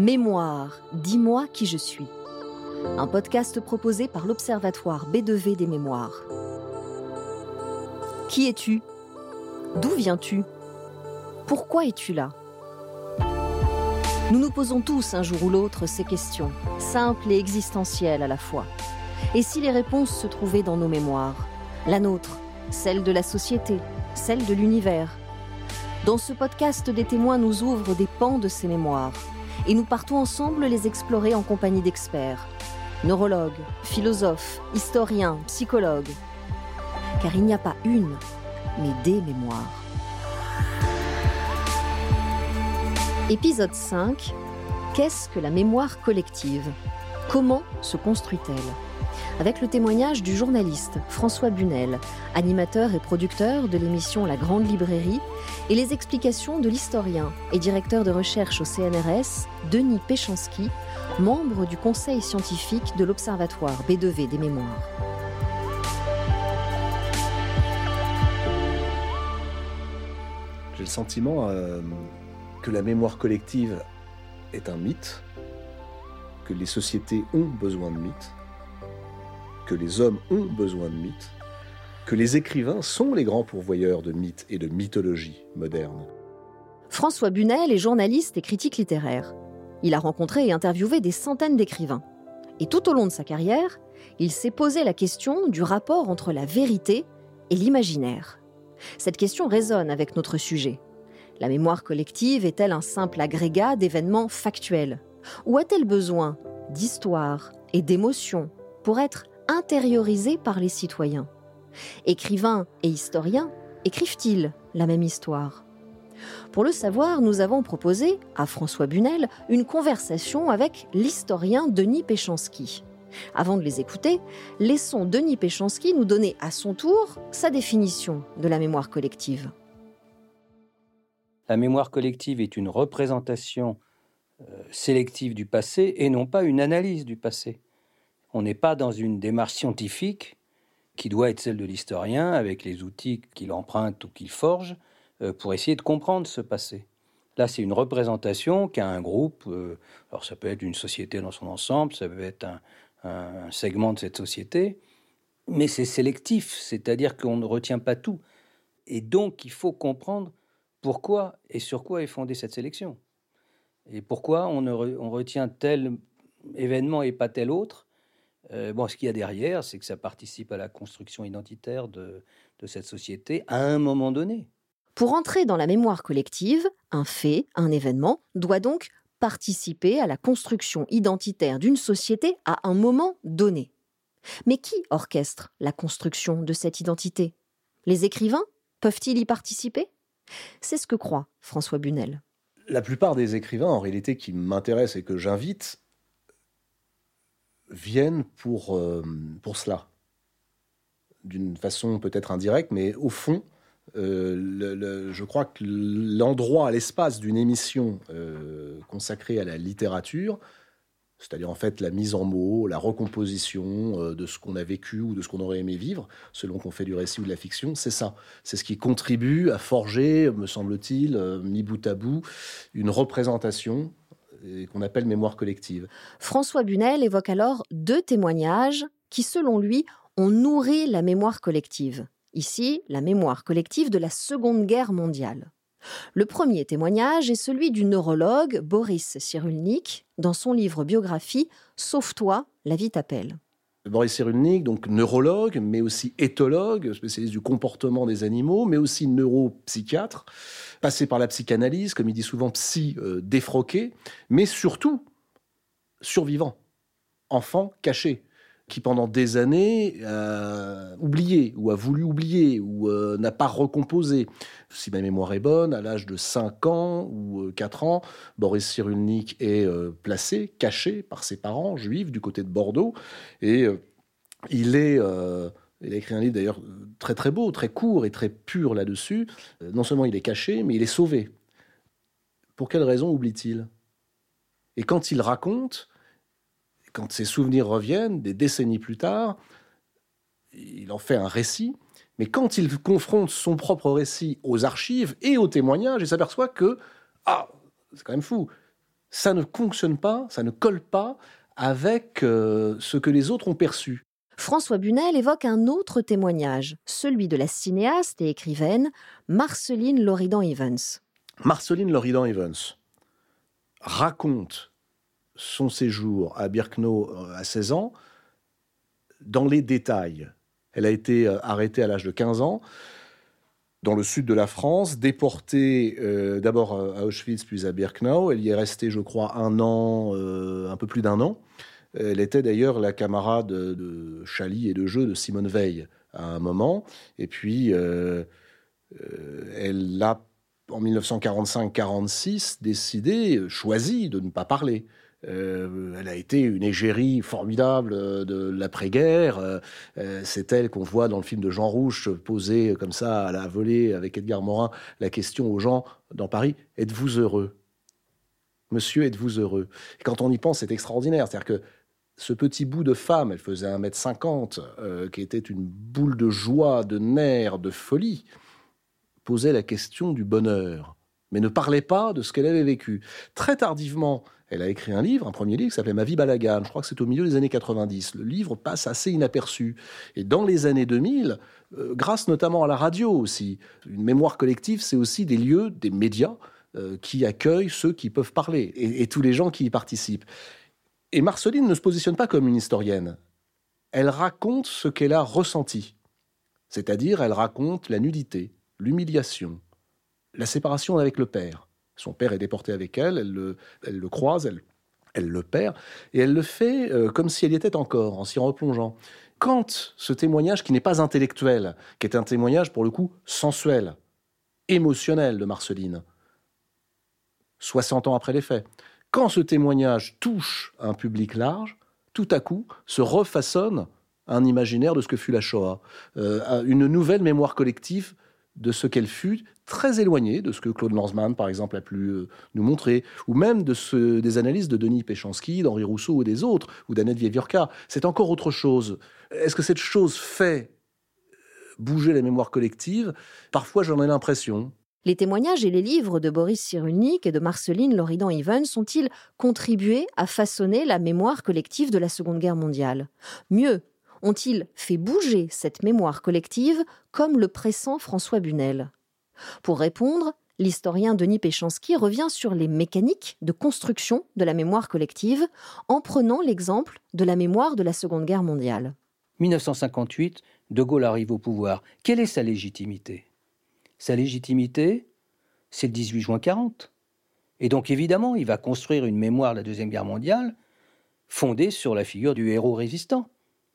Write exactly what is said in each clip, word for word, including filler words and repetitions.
Mémoire, dis-moi qui je suis. Un podcast proposé par l'Observatoire B deux V des mémoires. Qui es-tu ? D'où viens-tu ? Pourquoi es-tu là ? Nous nous posons tous un jour ou l'autre ces questions, simples et existentielles à la fois. Et si les réponses se trouvaient dans nos mémoires ? La nôtre, celle de la société, celle de l'univers. Dans ce podcast, des témoins nous ouvrent des pans de ces mémoires et nous partons ensemble les explorer en compagnie d'experts, neurologues, philosophes, historiens, psychologues. Car il n'y a pas une, mais des mémoires. Épisode cinq. Qu'est-ce que la mémoire collective ? Comment se construit-elle ? Avec le témoignage du journaliste François Bunel, animateur et producteur de l'émission La Grande Librairie, et les explications de l'historien et directeur de recherche au C N R S, Denis Péchanski, membre du conseil scientifique de l'Observatoire B deux V des mémoires. J'ai le sentiment euh, que la mémoire collective est un mythe, que les sociétés ont besoin de mythes, que les hommes ont besoin de mythes, que les écrivains sont les grands pourvoyeurs de mythes et de mythologie moderne. François Bunel est journaliste et critique littéraire. Il a rencontré et interviewé des centaines d'écrivains. Et tout au long de sa carrière, il s'est posé la question du rapport entre la vérité et l'imaginaire. Cette question résonne avec notre sujet. La mémoire collective est-elle un simple agrégat d'événements factuels ? Ou a-t-elle besoin d'histoire et d'émotions pour être intériorisée par les citoyens ? Écrivains et historiens écrivent-ils la même histoire ? Pour le savoir, nous avons proposé à François Bunel une conversation avec l'historien Denis Péchanski. Avant de les écouter, laissons Denis Péchanski nous donner à son tour sa définition de la mémoire collective. La mémoire collective est une représentation euh, sélective du passé et non pas une analyse du passé. On n'est pas dans une démarche scientifique qui doit être celle de l'historien avec les outils qu'il emprunte ou qu'il forge euh, pour essayer de comprendre ce passé. Là, c'est une représentation qu'a un groupe, euh, alors ça peut être une société dans son ensemble, ça peut être un, un, un segment de cette société, mais c'est sélectif, c'est-à-dire qu'on ne retient pas tout. Et donc, il faut comprendre pourquoi et sur quoi est fondée cette sélection. Et pourquoi on, ne re, on retient tel événement et pas tel autre. Euh, bon, ce qu'il y a derrière, c'est que ça participe à la construction identitaire de, de cette société à un moment donné. Pour entrer dans la mémoire collective, un fait, un événement, doit donc participer à la construction identitaire d'une société à un moment donné. Mais qui orchestre la construction de cette identité ? Les écrivains ? Peuvent-ils y participer ? C'est ce que croit François Bunel. La plupart des écrivains, en réalité, qui m'intéressent et que j'invite, viennent pour, euh, pour cela. D'une façon peut-être indirecte, mais au fond, euh, le, le, je crois que l'endroit, l'espace d'une émission euh, consacrée à la littérature, c'est-à-dire en fait la mise en mots, la recomposition euh, de ce qu'on a vécu ou de ce qu'on aurait aimé vivre, selon qu'on fait du récit ou de la fiction, c'est ça. C'est ce qui contribue à forger, me semble-t-il, euh, mis bout à bout, une représentation qu'on appelle mémoire collective. François Bunel évoque alors deux témoignages qui, selon lui, ont nourri la mémoire collective. Ici, la mémoire collective de la Seconde Guerre mondiale. Le premier témoignage est celui du neurologue Boris Cyrulnik dans son livre biographie « Sauve-toi, la vie t'appelle ». Boris Cyrulnik, donc neurologue, mais aussi éthologue, spécialiste du comportement des animaux, mais aussi neuropsychiatre, passé par la psychanalyse, comme il dit souvent, psy euh, défroqué, mais surtout survivant, enfant caché, qui pendant des années a oublié, ou a voulu oublier, ou euh, n'a pas recomposé. Si ma mémoire est bonne, à l'âge de cinq ans ou euh, quatre ans, Boris Cyrulnik est euh, placé, caché par ses parents juifs du côté de Bordeaux, et euh, il est... Euh, il a écrit un livre d'ailleurs très très beau, très court et très pur là-dessus. Euh, non seulement il est caché, mais il est sauvé. Pour quelle raison oublie-t-il ? Et quand il raconte, quand ses souvenirs reviennent, des décennies plus tard, il en fait un récit, mais quand il confronte son propre récit aux archives et aux témoignages, il s'aperçoit que, ah, c'est quand même fou, ça ne fonctionne pas, ça ne colle pas avec euh, ce que les autres ont perçu. François Bunel évoque un autre témoignage, celui de la cinéaste et écrivaine Marceline Loridan-Evans. Marceline Loridan-Evans raconte son séjour à Birkenau à seize ans dans les détails. Elle a été arrêtée à l'âge de quinze ans dans le sud de la France, déportée euh, d'abord à Auschwitz puis à Birkenau. Elle y est restée, je crois, un an, euh, un peu plus d'un an. Elle était d'ailleurs la camarade de Chally et de jeu de Simone Veil à un moment. Et puis, euh, euh, elle a, en dix-neuf cent quarante-cinq quarante-six, décidé, choisi de ne pas parler. Euh, elle a été une égérie formidable de l'après-guerre. Euh, c'est elle qu'on voit dans le film de Jean Rouch poser comme ça à la volée avec Edgar Morin la question aux gens dans Paris, « Êtes-vous heureux ? Monsieur, êtes-vous heureux ?» Et quand on y pense, c'est extraordinaire. C'est-à-dire que ce petit bout de femme, elle faisait un mètre cinquante, euh, qui était une boule de joie, de nerfs, de folie, posait la question du bonheur, mais ne parlait pas de ce qu'elle avait vécu. Très tardivement, elle a écrit un livre, un premier livre qui s'appelait « Ma vie balagane ». Je crois que c'est au milieu des années quatre-vingt-dix. Le livre passe assez inaperçu. Et dans les années deux mille, euh, grâce notamment à la radio aussi, une mémoire collective, c'est aussi des lieux, des médias, euh, qui accueillent ceux qui peuvent parler et, et tous les gens qui y participent. Et Marceline ne se positionne pas comme une historienne. Elle raconte ce qu'elle a ressenti. C'est-à-dire, elle raconte la nudité, l'humiliation, la séparation avec le père. Son père est déporté avec elle, elle le, elle le croise, elle, elle le perd, et elle le fait euh, comme si elle y était encore, en s'y replongeant. Quand ce témoignage, qui n'est pas intellectuel, qui est un témoignage, pour le coup, sensuel, émotionnel de Marceline, soixante ans après les faits, quand ce témoignage touche un public large, tout à coup se refaçonne un imaginaire de ce que fut la Shoah, euh, une nouvelle mémoire collective de ce qu'elle fut, très éloignée de ce que Claude Lanzmann, par exemple, a pu euh, nous montrer, ou même de ce, des analyses de Denis Péchanski, d'Henri Rousseau ou des autres, ou d'Annette Vieviorka. C'est encore autre chose. Est-ce que cette chose fait bouger la mémoire collective ? Parfois, j'en ai l'impression. Les témoignages et les livres de Boris Cyrulnik et de Marceline Loridan-Evans ont-ils contribué à façonner la mémoire collective de la Seconde Guerre mondiale ? Mieux, ont-ils fait bouger cette mémoire collective comme le pressent François Bunel ? Pour répondre, l'historien Denis Péchanski revient sur les mécaniques de construction de la mémoire collective en prenant l'exemple de la mémoire de la Seconde Guerre mondiale. dix-neuf cent cinquante-huit, De Gaulle arrive au pouvoir. Quelle est sa légitimité ? Sa légitimité, c'est le dix-huit juin quarante. Et donc, évidemment, il va construire une mémoire de la Deuxième Guerre mondiale fondée sur la figure du héros résistant.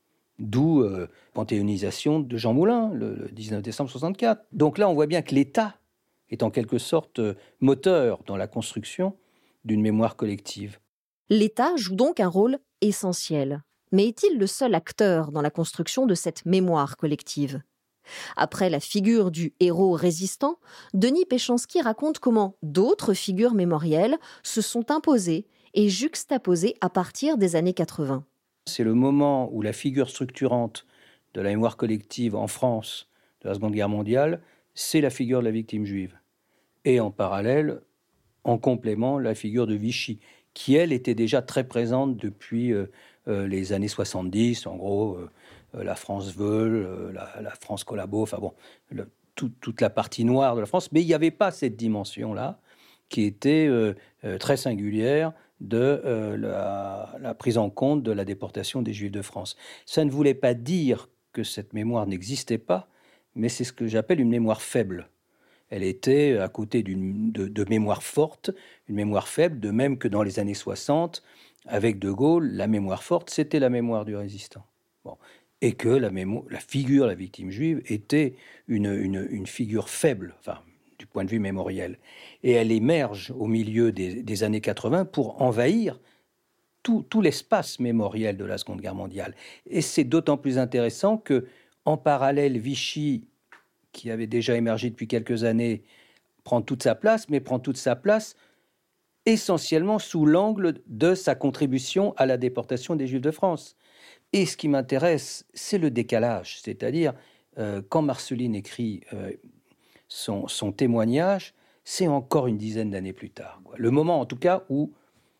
D'où euh, panthéonisation de Jean Moulin, le, le dix-neuf décembre soixante-quatre. Donc là, on voit bien que l'État est en quelque sorte euh, moteur dans la construction d'une mémoire collective. L'État joue donc un rôle essentiel. Mais est-il le seul acteur dans la construction de cette mémoire collective ? Après la figure du héros résistant, Denis Péchanski raconte comment d'autres figures mémorielles se sont imposées et juxtaposées à partir des années quatre-vingts. C'est le moment où la figure structurante de la mémoire collective en France de la Seconde Guerre mondiale, c'est la figure de la victime juive. Et en parallèle, en complément, la figure de Vichy, qui, elle, était déjà très présente depuis euh, euh, les années soixante-dix, en gros, euh, euh, la France veut, euh, la, la France collabo, enfin bon, le, tout, toute la partie noire de la France, mais il n'y avait pas cette dimension-là, qui était euh, euh, très singulière de euh, la, la prise en compte de la déportation des Juifs de France. Ça ne voulait pas dire que cette mémoire n'existait pas, mais c'est ce que j'appelle une mémoire faible. Elle était à côté d'une, de, de mémoire forte, une mémoire faible, de même que dans les années soixante, avec De Gaulle, la mémoire forte, c'était la mémoire du résistant. Bon. Et que la, mémo- la figure, la victime juive, était une, une, une figure faible, enfin, du point de vue mémoriel. Et elle émerge au milieu des, des années quatre-vingts pour envahir tout, tout l'espace mémoriel de la Seconde Guerre mondiale. Et c'est d'autant plus intéressant que, en parallèle, Vichy, qui avait déjà émergé depuis quelques années, prend toute sa place, mais prend toute sa place essentiellement sous l'angle de sa contribution à la déportation des Juifs de France. Et ce qui m'intéresse, c'est le décalage, c'est-à-dire euh, quand Marceline écrit euh, son, son témoignage, c'est encore une dizaine d'années plus tard, quoi. Le moment, en tout cas, où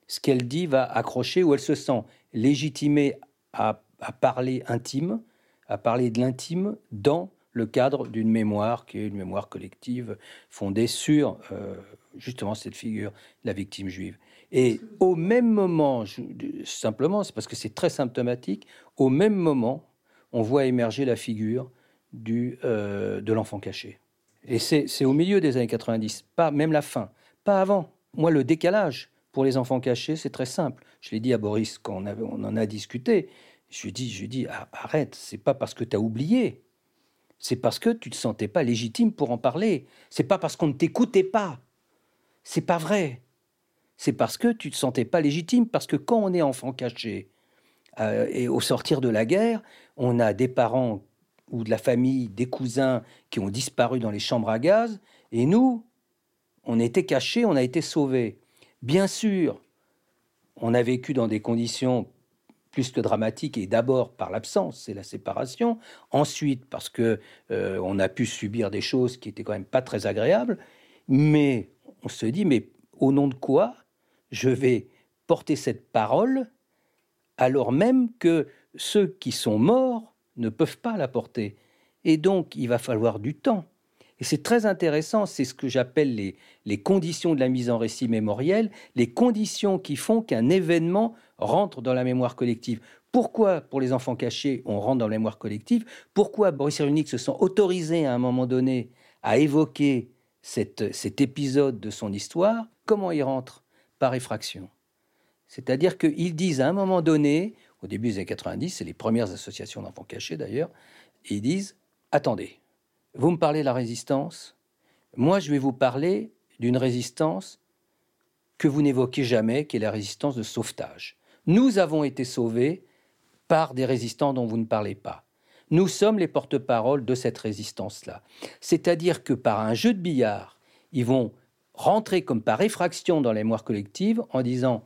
ce qu'elle dit va accrocher, où elle se sent légitimée à, à parler intime, à parler de l'intime dans le cadre d'une mémoire qui est une mémoire collective fondée sur euh, justement cette figure de la victime juive. Et au même moment, je, simplement, c'est parce que c'est très symptomatique, au même moment, on voit émerger la figure du, euh, de l'enfant caché. Et c'est, c'est au milieu des années quatre-vingt-dix, pas même la fin, pas avant. Moi, le décalage pour les enfants cachés, c'est très simple. Je l'ai dit à Boris quand on, avait, on en a discuté. Je lui ai dit, je lui ai dit ah, arrête, c'est pas parce que tu as oublié. C'est parce que tu ne te sentais pas légitime pour en parler. C'est pas parce qu'on ne t'écoutait pas. C'est pas vrai. C'est parce que tu ne te sentais pas légitime. Parce que quand on est enfant caché, euh, et au sortir de la guerre, on a des parents ou de la famille, des cousins qui ont disparu dans les chambres à gaz. Et nous, on était cachés, on a été sauvés. Bien sûr, on a vécu dans des conditions plus que dramatique, et d'abord par l'absence, c'est la séparation. Ensuite, parce que euh, on a pu subir des choses qui étaient quand même pas très agréables. Mais on se dit, mais au nom de quoi je vais porter cette parole alors même que ceux qui sont morts ne peuvent pas la porter. Et donc, il va falloir du temps. Et c'est très intéressant, c'est ce que j'appelle les, les conditions de la mise en récit mémoriel, les conditions qui font qu'un événement rentre dans la mémoire collective. Pourquoi, pour les enfants cachés, on rentre dans la mémoire collective ? Pourquoi Boris Cyrulnik se sent autorisé à un moment donné à évoquer cette, cet épisode de son histoire ? Comment il rentre ? Par effraction. C'est-à-dire qu'ils disent à un moment donné, au début des années quatre-vingt-dix, c'est les premières associations d'enfants cachés d'ailleurs, ils disent « Attendez, vous me parlez de la résistance, moi je vais vous parler d'une résistance que vous n'évoquez jamais, qui est la résistance de sauvetage. Nous avons été sauvés par des résistants dont vous ne parlez pas. Nous sommes les porte-parole de cette résistance-là. C'est-à-dire que par un jeu de billard, ils vont rentrer comme par effraction dans la mémoire collective en disant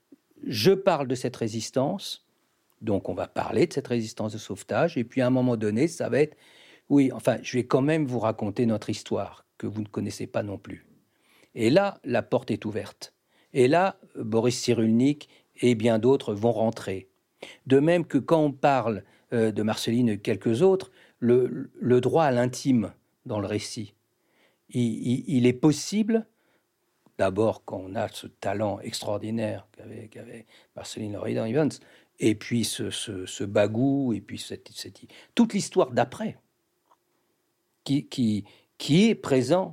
« Je parle de cette résistance ». Donc, on va parler de cette résistance de sauvetage. Et puis, à un moment donné, ça va être... Oui, enfin, je vais quand même vous raconter notre histoire, que vous ne connaissez pas non plus. Et là, la porte est ouverte. Et là, Boris Cyrulnik et bien d'autres vont rentrer. De même que quand on parle euh, de Marceline et quelques autres, le, le droit à l'intime dans le récit, il, il, il est possible... D'abord, quand on a ce talent extraordinaire qu'avait, qu'avait Marceline Loridan-Ivens, et puis ce, ce, ce bagou, et puis cette, cette, toute l'histoire d'après, qui, qui, qui est présente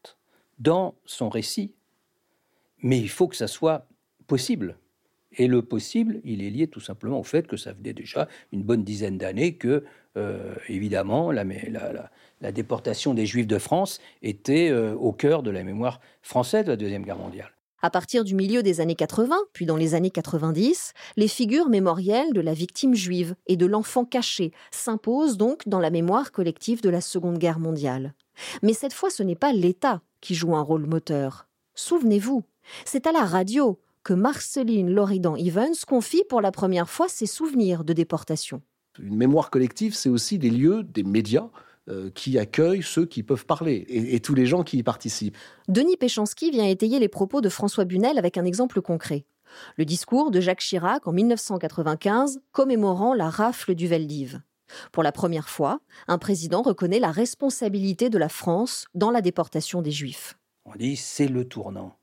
dans son récit. Mais il faut que ça soit possible. Et le possible, il est lié tout simplement au fait que ça venait déjà une bonne dizaine d'années que, euh, évidemment, la, la, la, la déportation des Juifs de France était euh, au cœur de la mémoire française de la Deuxième Guerre mondiale. À partir du milieu des années quatre-vingts, puis dans les années quatre-vingt-dix, les figures mémorielles de la victime juive et de l'enfant caché s'imposent donc dans la mémoire collective de la Seconde Guerre mondiale. Mais cette fois, ce n'est pas l'État qui joue un rôle moteur. Souvenez-vous, c'est à la radio que Marceline Loridan-Ivens confie pour la première fois ses souvenirs de déportation. Une mémoire collective, c'est aussi des lieux, des médias euh, qui accueillent ceux qui peuvent parler et, et tous les gens qui y participent. Denis Péchanski vient étayer les propos de François Bunel avec un exemple concret. Le discours de Jacques Chirac en dix-neuf cent quatre-vingt-quinze, commémorant la rafle du Veldiv. Pour la première fois, un président reconnaît la responsabilité de la France dans la déportation des Juifs. On dit c'est le tournant.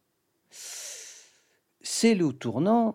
C'est le tournant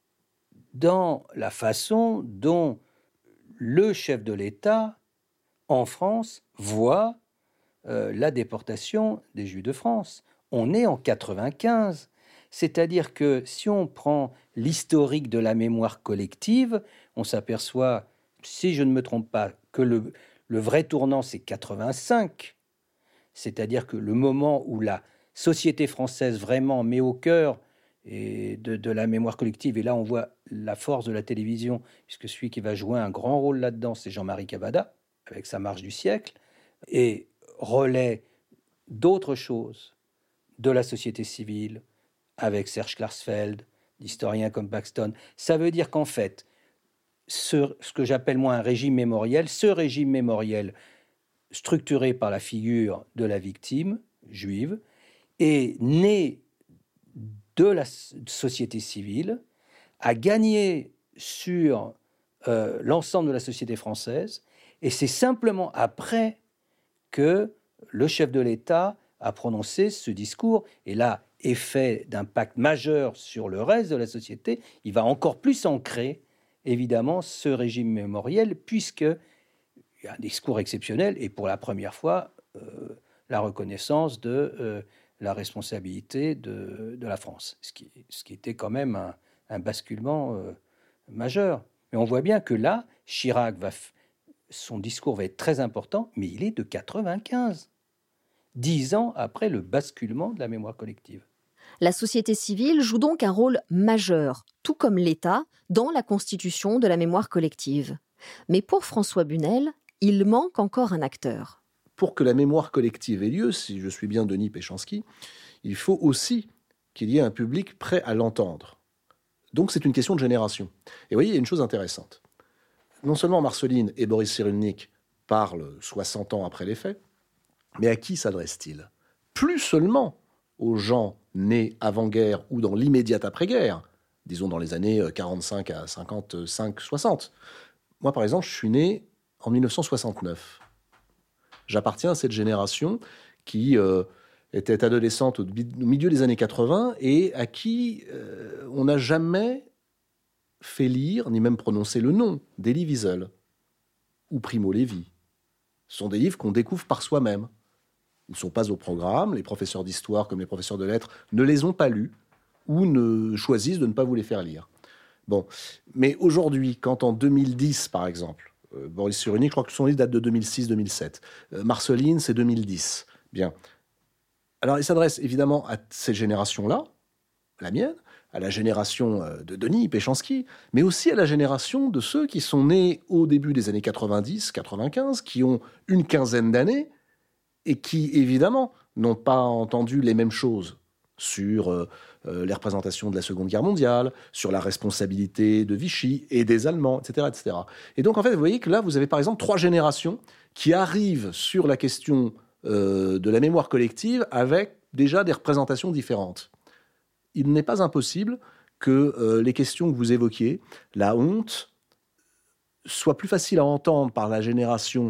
dans la façon dont le chef de l'État, en France, voit euh, la déportation des Juifs de France. On est en quatre-vingt-quinze. C'est-à-dire que si on prend l'historique de la mémoire collective, on s'aperçoit, si je ne me trompe pas, que le, le vrai tournant, c'est quatre-vingt-cinq. C'est-à-dire que le moment où la société française vraiment met au cœur et de, de la mémoire collective. Et là, on voit la force de la télévision, puisque celui qui va jouer un grand rôle là-dedans, c'est Jean-Marie Cavada, avec sa Marche du siècle, et relaie d'autres choses de la société civile, avec Serge Klarsfeld, d'historiens comme Paxton. Ça veut dire qu'en fait, ce, ce que j'appelle moi un régime mémoriel, ce régime mémoriel structuré par la figure de la victime juive, est né de la société civile a gagné sur euh, l'ensemble de la société française, et c'est simplement après que le chef de l'État a prononcé ce discours, et là, effet d'impact majeur sur le reste de la société, il va encore plus ancrer, évidemment, ce régime mémoriel, puisqu'il y a un discours exceptionnel, et pour la première fois, euh, la reconnaissance de euh, la responsabilité de, de la France, ce qui, ce qui était quand même un, un basculement euh, majeur. Mais on voit bien que là, Chirac, va f- son discours va être très important, mais il est de quatre-vingt-quinze, dix ans après le basculement de la mémoire collective. La société civile joue donc un rôle majeur, tout comme l'État, dans la constitution de la mémoire collective. Mais pour François Bunel, il manque encore un acteur. Pour que la mémoire collective ait lieu, si je suis bien Denis Péchanski, il faut aussi qu'il y ait un public prêt à l'entendre. Donc c'est une question de génération. Et vous voyez, il y a une chose intéressante. Non seulement Marceline et Boris Cyrulnik parlent soixante ans après les faits, mais à qui s'adressent-ils ? Plus seulement aux gens nés avant-guerre ou dans l'immédiate après-guerre, disons dans les années quarante-cinq à cinquante-cinq soixante. Moi, par exemple, je suis né en mille neuf cent soixante-neuf. J'appartiens à cette génération qui euh, était adolescente au milieu des années quatre-vingts et à qui euh, on n'a jamais fait lire, ni même prononcer le nom d'Elie Wiesel ou Primo Levi. Ce sont des livres qu'on découvre par soi-même. Ils ne sont pas au programme, les professeurs d'histoire comme les professeurs de lettres ne les ont pas lus ou ne choisissent de ne pas vous les faire lire. Bon, mais aujourd'hui, quand en deux mille dix, par exemple, euh, Boris Cyrulnik, je crois que son livre date de deux mille six deux mille sept, euh, Marceline, c'est deux mille dix. Bien. Alors, il s'adresse évidemment à ces générations-là, la mienne, à la génération de Denis Péchanski, mais aussi à la génération de ceux qui sont nés au début des années quatre-vingt-dix quatre-vingt-quinze, qui ont une quinzaine d'années, et qui, évidemment, n'ont pas entendu les mêmes choses sur euh, euh, les représentations de la Seconde Guerre mondiale, sur la responsabilité de Vichy et des Allemands, et cetera, et cetera. Et donc, en fait, vous voyez que là, vous avez par exemple trois générations qui arrivent sur la question euh, de la mémoire collective avec déjà des représentations différentes. Il n'est pas impossible que euh, les questions que vous évoquiez, la honte, soient plus faciles à entendre par la génération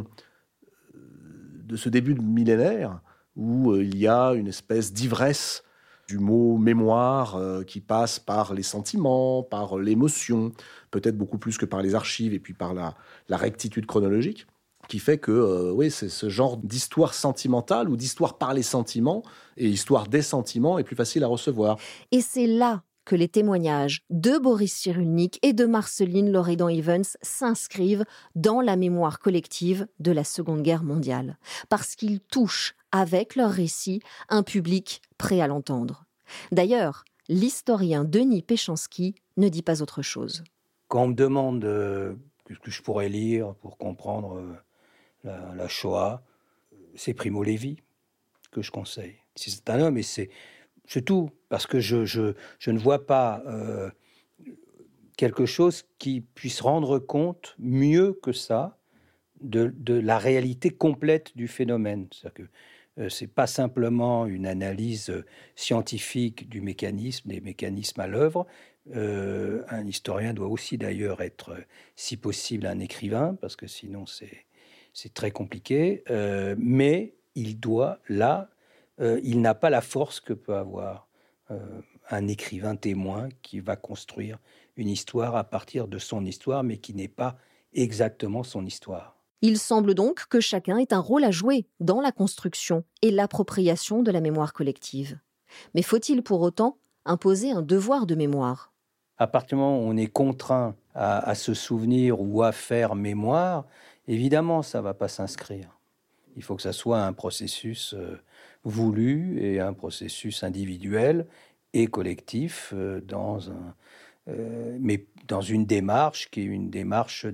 de ce début de millénaire, où euh, il y a une espèce d'ivresse du mot mémoire euh, qui passe par les sentiments, par l'émotion, peut-être beaucoup plus que par les archives et puis par la, la rectitude chronologique, qui fait que euh, oui, c'est ce genre d'histoire sentimentale ou d'histoire par les sentiments et histoire des sentiments est plus facile à recevoir. Et c'est là que les témoignages de Boris Cyrulnik et de Marceline Loredan-Ivens s'inscrivent dans la mémoire collective de la Seconde Guerre mondiale, parce qu'ils touchent, avec leur récit, un public prêt à l'entendre. D'ailleurs, l'historien Denis Péchanski ne dit pas autre chose. Quand on me demande euh, ce que je pourrais lire pour comprendre euh, la, la Shoah, c'est Primo Levi que je conseille. C'est un homme et c'est, c'est tout, parce que je, je, je ne vois pas euh, quelque chose qui puisse rendre compte mieux que ça de, de la réalité complète du phénomène. C'est-à-dire que euh, c'est pas simplement une analyse scientifique du mécanisme, des mécanismes à l'œuvre. Euh, un historien doit aussi d'ailleurs être, si possible, un écrivain, parce que sinon c'est, c'est très compliqué. Euh, mais il doit, là, euh, il n'a pas la force que peut avoir euh, un écrivain témoin qui va construire une histoire à partir de son histoire, mais qui n'est pas exactement son histoire. Il semble donc que chacun ait un rôle à jouer dans la construction et l'appropriation de la mémoire collective. Mais faut-il pour autant imposer un devoir de mémoire ? À partir du moment où on est contraint à, à se souvenir ou à faire mémoire, évidemment, ça ne va pas s'inscrire. Il faut que ça soit un processus euh, voulu et un processus individuel et collectif, euh, dans un, euh, mais dans une démarche qui est une démarche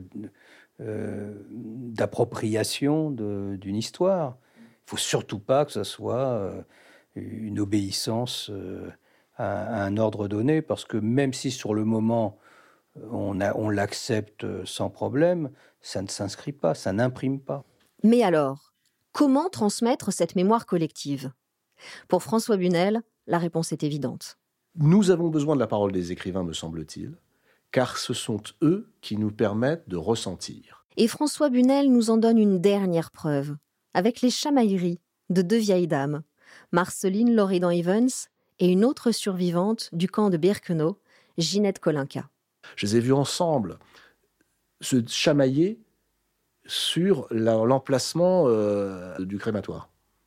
euh, d'appropriation de, d'une histoire. Il ne faut surtout pas que ça soit euh, une obéissance euh, à, à un ordre donné, parce que même si sur le moment on, a, on l'accepte sans problème, ça ne s'inscrit pas, ça n'imprime pas. Mais alors, comment transmettre cette mémoire collective ? Pour François Bunel, la réponse est évidente. Nous avons besoin de la parole des écrivains, me semble-t-il, car ce sont eux qui nous permettent de ressentir. Et François Bunel nous en donne une dernière preuve, avec les chamailleries de deux vieilles dames, Marceline Loridan-Evans et une autre survivante du camp de Birkenau, Ginette Kolinka. Je les ai vus ensemble se chamailler sur la, l'emplacement euh, du crématoire.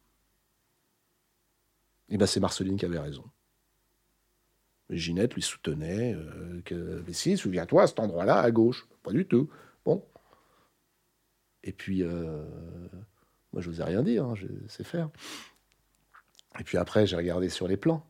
Et bien c'est Marceline qui avait raison. Ginette lui soutenait euh, que mais si, souviens-toi, à cet endroit-là, à gauche. Pas du tout. Bon. Et puis, euh, moi, je n'osais rien dire, hein, je sais faire. Et puis après, j'ai regardé sur les plans.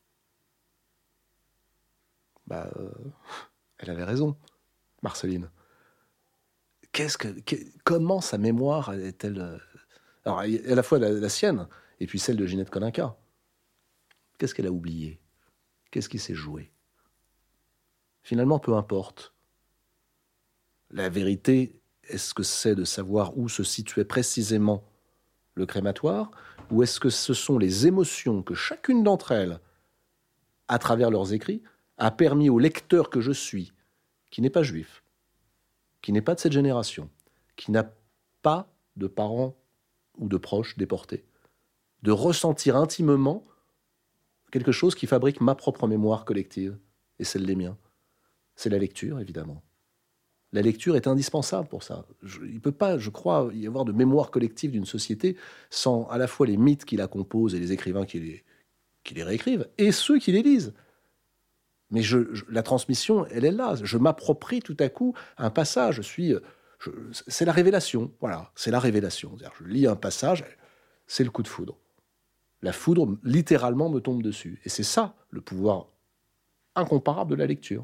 Bah, euh, elle avait raison, Marceline. Qu'est-ce que, que, comment sa mémoire est-elle... Euh, alors, à la fois la, la sienne, et puis celle de Ginette Kolinka. Qu'est-ce qu'elle a oublié ? Qu'est-ce qui s'est joué ? Finalement, peu importe. La vérité, est-ce que c'est de savoir où se situait précisément le crématoire, ou est-ce que ce sont les émotions que chacune d'entre elles, à travers leurs écrits, a permis au lecteur que je suis, qui n'est pas juif, qui n'est pas de cette génération, qui n'a pas de parents ou de proches déportés, de ressentir intimement quelque chose qui fabrique ma propre mémoire collective et celle des miens. C'est la lecture, évidemment. La lecture est indispensable pour ça. Je, il ne peut pas, je crois, y avoir de mémoire collective d'une société sans à la fois les mythes qui la composent et les écrivains qui les, qui les réécrivent, et ceux qui les lisent. Mais je, je, la transmission, elle est là. Je m'approprie tout à coup un passage. Je suis, je, c'est la révélation. Voilà, c'est la révélation. C'est-à-dire, je lis un passage, c'est le coup de foudre. La foudre, littéralement, me tombe dessus. Et c'est ça, le pouvoir incomparable de la lecture.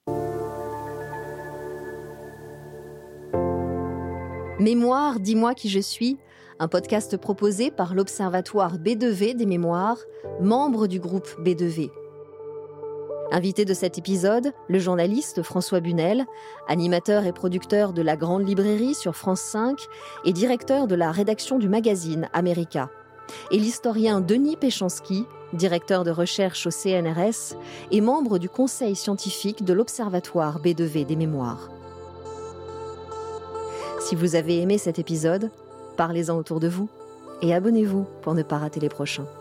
Mémoire, dis-moi qui je suis, un podcast proposé par l'Observatoire B deux V des mémoires, membre du groupe B deux V. Invité de cet épisode, le journaliste François Bunel, animateur et producteur de La Grande Librairie sur France cinq et directeur de la rédaction du magazine America. Et l'historien Denis Péchanski, directeur de recherche au C N R S et membre du conseil scientifique de l'Observatoire B deux V des mémoires. Si vous avez aimé cet épisode, parlez-en autour de vous et abonnez-vous pour ne pas rater les prochains.